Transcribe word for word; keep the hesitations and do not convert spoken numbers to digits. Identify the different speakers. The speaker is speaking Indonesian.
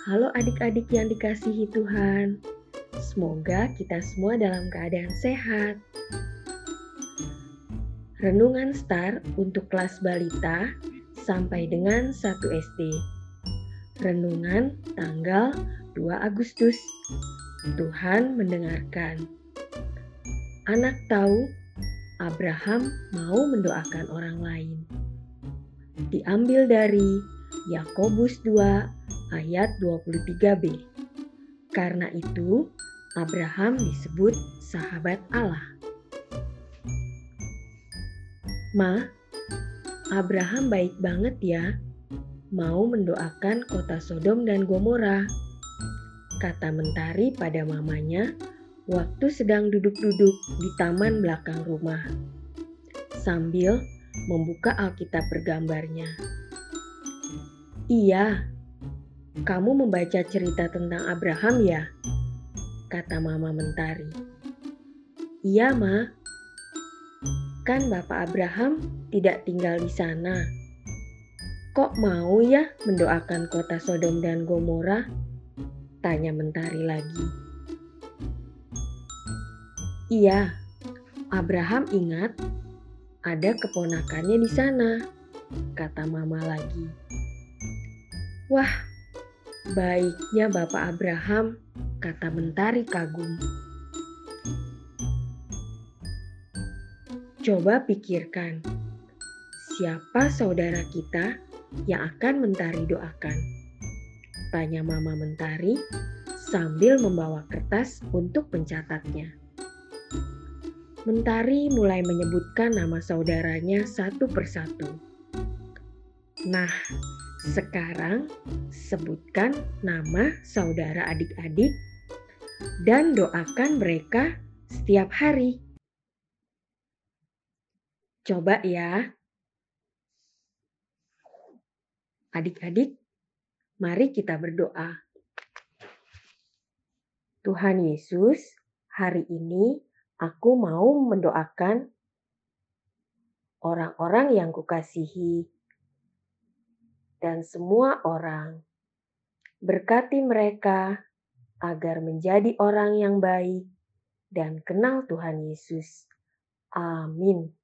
Speaker 1: Halo adik-adik yang dikasihi Tuhan. Semoga kita semua dalam keadaan sehat. Renungan Star untuk kelas balita sampai dengan satu S D. Renungan tanggal dua Agustus. Tuhan mendengarkan. Anak tahu Abraham mau mendoakan orang lain. Diambil dari Yakobus dua ayat dua puluh tiga b. Karena itu, Abraham disebut sahabat Allah. Ma, Abraham baik banget ya, mau mendoakan kota Sodom dan Gomora, kata Mentari pada mamanya waktu sedang duduk-duduk di taman belakang rumah, sambil membuka Alkitab bergambarnya. Iya, kamu membaca cerita tentang Abraham ya? Kata Mama Mentari. Iya, Ma. Kan Bapak Abraham tidak tinggal di sana. Kok mau ya mendoakan kota Sodom dan Gomora? Tanya Mentari lagi. Iya, Abraham ingat ada keponakannya di sana, kata Mama lagi. Wah, baiknya Bapak Abraham, kata Mentari kagum. Coba pikirkan, siapa saudara kita yang akan Mentari doakan? Tanya Mama Mentari sambil membawa kertas untuk mencatatnya. Mentari mulai menyebutkan nama saudaranya satu persatu. Nah, sekarang sebutkan nama saudara adik-adik dan doakan mereka setiap hari. Coba ya. Adik-adik, mari kita berdoa. Tuhan Yesus, hari ini aku mau mendoakan orang-orang yang kukasihi dan semua orang. Berkati mereka agar menjadi orang yang baik dan kenal Tuhan Yesus. Amin.